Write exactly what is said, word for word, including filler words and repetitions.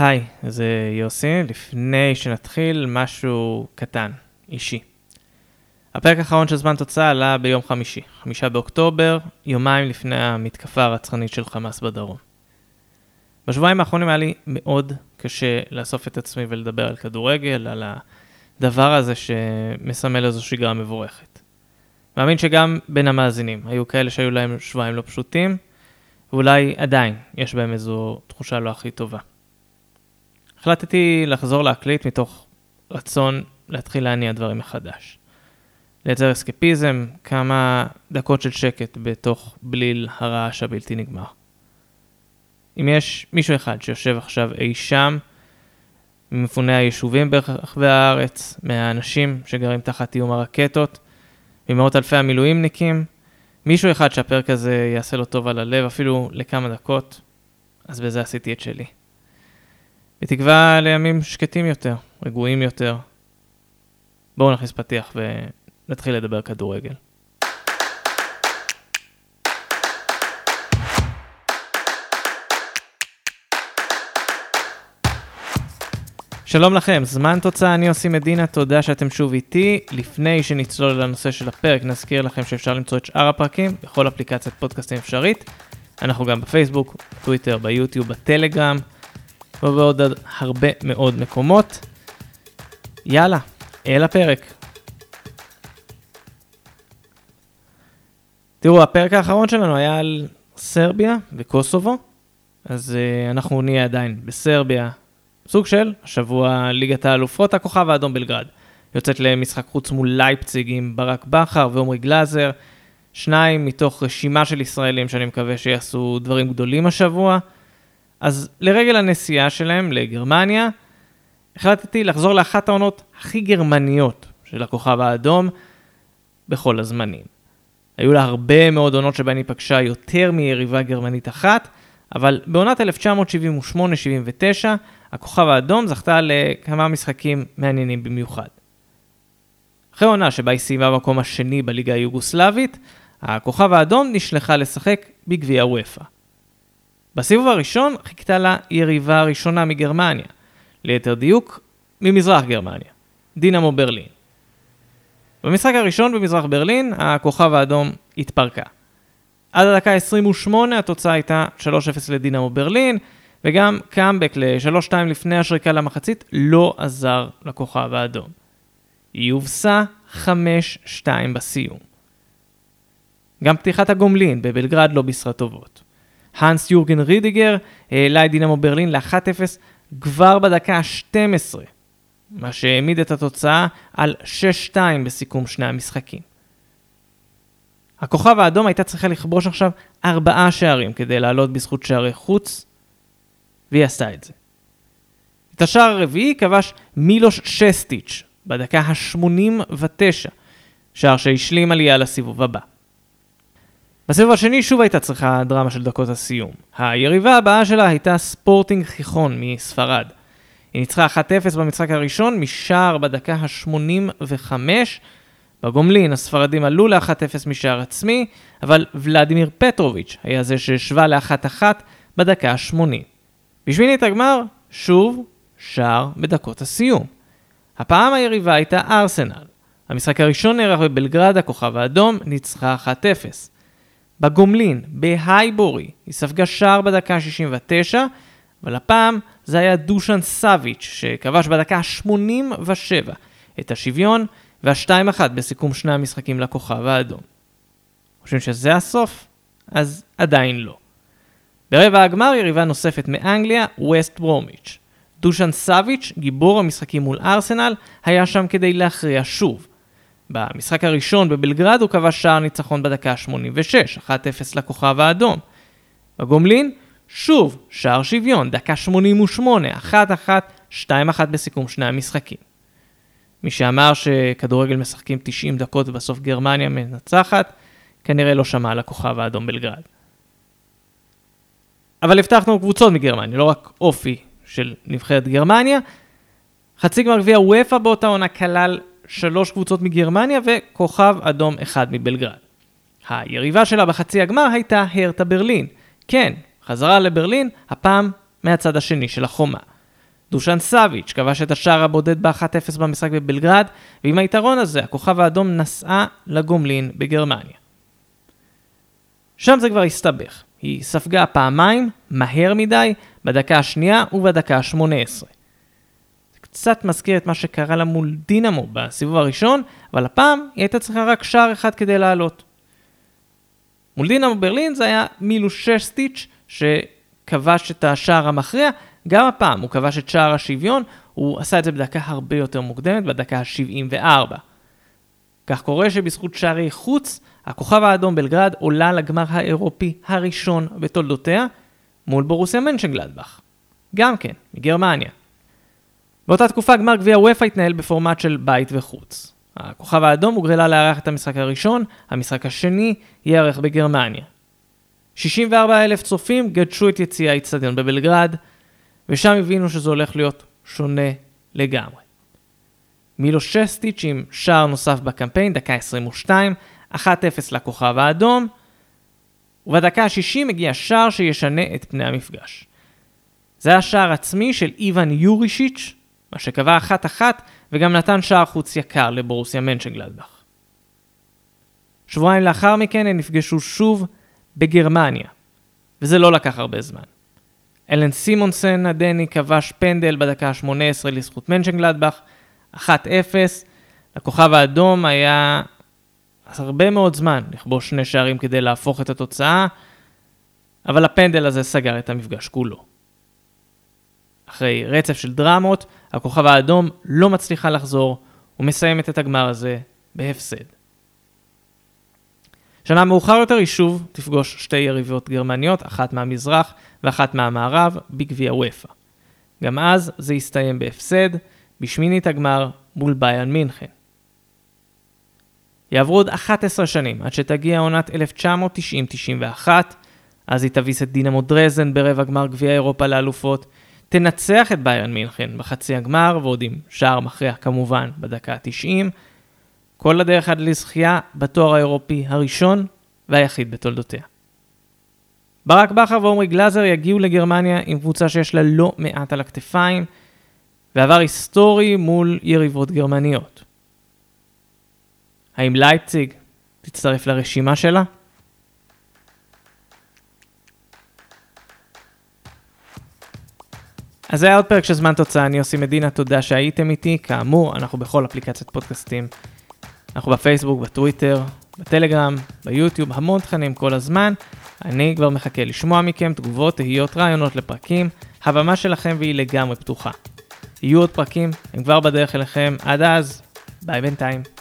היי, זה יוסי. לפני שנתחיל, משהו קטן, אישי. הפרק האחרון של זמן תוצאה עלה ביום חמישי, חמישה באוקטובר, יומיים לפני המתקפה הרצחנית של חמאס בדרום. בשבועיים האחרונים היה לי מאוד קשה לאסוף את עצמי ולדבר על כדורגל, על הדבר הזה שמסמל איזו שגרה מבורכת. מאמין שגם בין המאזינים היו כאלה שהיו להם שבועיים לא פשוטים, ואולי עדיין יש בהם איזו תחושה לא הכי טובה. החלטתי לחזור להקליט מתוך רצון להתחיל להניע דברים מחדש. לייצר אסקפיזם, כמה דקות של שקט בתוך בליל הרעש הבלתי נגמר. אם יש מישהו אחד שיושב עכשיו אי שם, ממפוני היישובים ברחבי הארץ, מהאנשים שגרים תחת איום הרקטות, ממאות אלפי המילואימניקים, מישהו אחד שהפרק הזה יעשה לו טוב על הלב, אפילו לכמה דקות, אז בזה עשיתי את שלי. בתקווה לימים שקטים יותר, רגועים יותר. בואו נכניס פתיח ונתחיל לדבר כדורגל. שלום לכם, זמן תוצאה, אני עושה מדינה, תודה שאתם שוב איתי. לפני שנצלול לנושא של הפרק, נזכיר לכם שאפשר למצוא את שאר הפרקים בכל אפליקציית פודקאסטים אפשרית. אנחנו גם בפייסבוק, טוויטר, ביוטיוב, בטלגרם, ובעוד הרבה מאוד מקומות. יאללה, אל הפרק. תראו, הפרק האחרון שלנו היה על סרביה וקוסובו, אז uh, אנחנו נהיה עדיין בסרביה, סוג של השבוע ליגת האלופות, הכוכב האדום בלגרד. יוצאת למשחק חוץ מול לייפציג עם ברק בכר ועומרי גלאזר, שניים מתוך רשימה של ישראלים שאני מקווה שיעשו דברים גדולים השבוע. אז לרגל הנסיעה שלהם לגרמניה, החלטתי לחזור לאחת העונות הכי גרמניות של הכוכב האדום בכל הזמנים. היו לה הרבה מאוד עונות שבהן היא פגשה יותר מיריבה גרמנית אחת, אבל בעונת אלף תשע מאות שבעים ושמונה שבעים ותשע, הכוכב האדום זכתה לכמה משחקים מעניינים במיוחד. אחרי עונה שבה היא סיימה במקום השני בליגה היוגוסלבית, הכוכב האדום נשלחה לשחק בגביע וופא. בסיבוב הראשון חיכתה לה יריבה הראשונה מגרמניה, ליתר דיוק ממזרח גרמניה, דינמו ברלין. במשחק הראשון במזרח ברלין, הכוכב האדום התפרקה. עד הדקה עשרים ושמונה התוצאה הייתה שלוש אפס לדינמו ברלין, וגם קאמבק ל-שלוש שתיים לפני השריקה למחצית לא עזר לכוכב האדום. היא הובסה חמש שתיים בסיום. גם פתיחת הגומלין בבלגרד לא בישרה טובות. הנס יורגן רידיגר העלה את דינמו ברלין ל-אחת אפס כבר בדקה ה-שתים עשרה, מה שהעמיד את התוצאה על שש שתיים בסיכום שני המשחקים. הכוכב האדום הייתה צריכה לכבוש עכשיו ארבעה שערים כדי לעלות בזכות שערי חוץ, והיא עשתה את זה. את השער הרביעי כבש מילוש שסטיץ' בדקה ה-שמונים ותשע, שער שהשלים עלייה לסיבוב הבא. בסיבוב השני שוב הייתה צריכה דרמה של דקות הסיום. היריבה הבאה שלה הייתה ספורטינג חיכון מספרד. היא ניצחה אחת אפס במשחק הראשון משער בדקה ה-שמונים וחמש. בגומלין הספרדים עלו ל-אחת אפס משער עצמי, אבל ולדימיר פטרוביץ' היה זה ששווה ל-אחת אחת בדקה ה-שמונים. בשמינית הגמר, שוב שער בדקות הסיום. הפעם היריבה הייתה ארסנל. המשחק הראשון נערך בבלגרד, הכוכב האדום ניצחה אחת אפס. בגומלין, בהייבורי, היא ספגה שער בדקה ה-שישים ותשע, אבל הפעם זה היה דושן סאביץ' שכבש בדקה ה-שמונים ושבע את השוויון וה-שתיים אחת בסיכום שני המשחקים לכוכב האדום. חושבים שזה הסוף? אז עדיין לא. ברבע הגמר יריבה נוספת מאנגליה, ווסט ברומיץ'. דושן סאביץ', גיבור המשחקים מול ארסנל, היה שם כדי להכריע שוב. במשחק הראשון בבלגרד הוא כבש שער ניצחון בדקה ה-שמונים ושש, אחת אפס לכוכב האדום. בגומלין, שוב שער שוויון, דקה שמונים ושמונה, אחת אחת, שתיים אחת בסיכום שני המשחקים. מי שאמר שכדורגל משחקים תשעים דקות ובסוף גרמניה מנצחת, כנראה לא שמע על הכוכב האדום בלגרד. אבל הבטחנו קבוצות מגרמניה, לא רק אופי של נבחרת גרמניה. חצי גמר גביע וופא באותה עונה כלל שלוש קבוצות מגרמניה וכוכב אדום אחד מבלגרד. היריבה שלה בחצי הגמר הייתה הרטה ברלין. כן, חזרה לברלין, הפעם מהצד השני של החומה. דושן סאביץ' כבש את השער הבודד ב-אחת אפס במשחק בבלגרד, ועם היתרון הזה הכוכב האדום נסעה לגומלין בגרמניה. שם זה כבר הסתבך. היא ספגה פעמיים, מהר מדי, בדקה השנייה ובדקה ה-שמונה עשרה. זה קצת מזכיר את מה שקרה לה מול דינמו בסיבוב הראשון, אבל הפעם היא הייתה צריכה רק שער אחד כדי לעלות. מול דינמו ברלין זה היה מילוש שסטיץ' שכבש את השער המכריע, גם הפעם הוא כבש את שער השוויון, הוא עשה את זה בדקה הרבה יותר מוקדמת, בדקה ה-שבעים וארבע. כך קורה שבזכות שערי חוץ, הכוכב האדום בלגרד עולה לגמר האירופי הראשון בתולדותיה, מול בורוסיה מנשנגלדבך. גם כן, מגרמניה. באותה תקופה גמר גביע וופא התנהל בפורמט של בית וחוץ. הכוכב האדום הוגרלה לארח את המשחק הראשון, המשחק השני ייערך בגרמניה. שישים וארבעה אלף צופים גדשו את יציאי האצטדיון בבלגרד, ושם הבינו שזה הולך להיות שונה לגמרי. מילוש שסטיץ' עם שער נוסף בקמפיין, דקה עשרים ושתיים, אחת אפס לכוכב האדום, ובדקה ה-שישים הגיע שער שישנה את פני המפגש. זה השער עצמי של איוון יורישיץ', מה שקבע אחת אחת, וגם נתן שער חוץ יקר לבורוסיה מנשנגלדבך. שבועיים לאחר מכן הם נפגשו שוב בגרמניה, וזה לא לקח הרבה זמן. אלן סימונסן הדני כבש פנדל בדקה ה-שמונה עשרה לזכות מנשנגלדבך, אחת אפס, לכוכב האדום היה הרבה מאוד זמן לכבוש שני שערים כדי להפוך את התוצאה, אבל הפנדל הזה סגר את המפגש כולו. אחרי רצף של דרמות, הכוכב האדום לא מצליחה לחזור ומסיימת את הגמר הזה בהפסד. שנה מאוחר יותר היא שוב תפגוש שתי יריבות גרמניות, אחת מהמזרח ואחת מהמערב בגביע וופא. גם אז זה הסתיים בהפסד, בשמינית הגמר מול ביירן מינכן. יעברו עוד אחת עשרה שנים עד שתגיע עונת אלף תשע מאות תשעים תשעים ואחת, אז היא תביס את דינמו דרזן ברבע גמר גביע אירופה לאלופות, תנצח את ביירן מינכן בחצי הגמר, ועוד עם שער מכריע כמובן בדקה ה-תשעים, כל הדרך עד לזכייה בתואר האירופי הראשון והיחיד בתולדותיה. ברק בכר ועומרי גלאזר יגיעו לגרמניה עם קבוצה שיש לה לא מעט על הכתפיים, ועבר היסטורי מול יריבות גרמניות. האם לייפציג תצטרף לרשימה שלה? אז זה היה עוד פרק של זמן תוצאה, אני עושה מדינה, תודה שהייתם איתי, כאמור, אנחנו בכל אפליקציית פודקאסטים, אנחנו בפייסבוק, בטוויטר, בטלגרם, ביוטיוב, המון תכנים כל הזמן, אני כבר מחכה לשמוע מכם תגובות, תהיות, רעיונות לפרקים, הבמה שלכם והיא לגמרי פתוחה. יהיו עוד פרקים, הם כבר בדרך אליכם, עד אז, ביי בינתיים.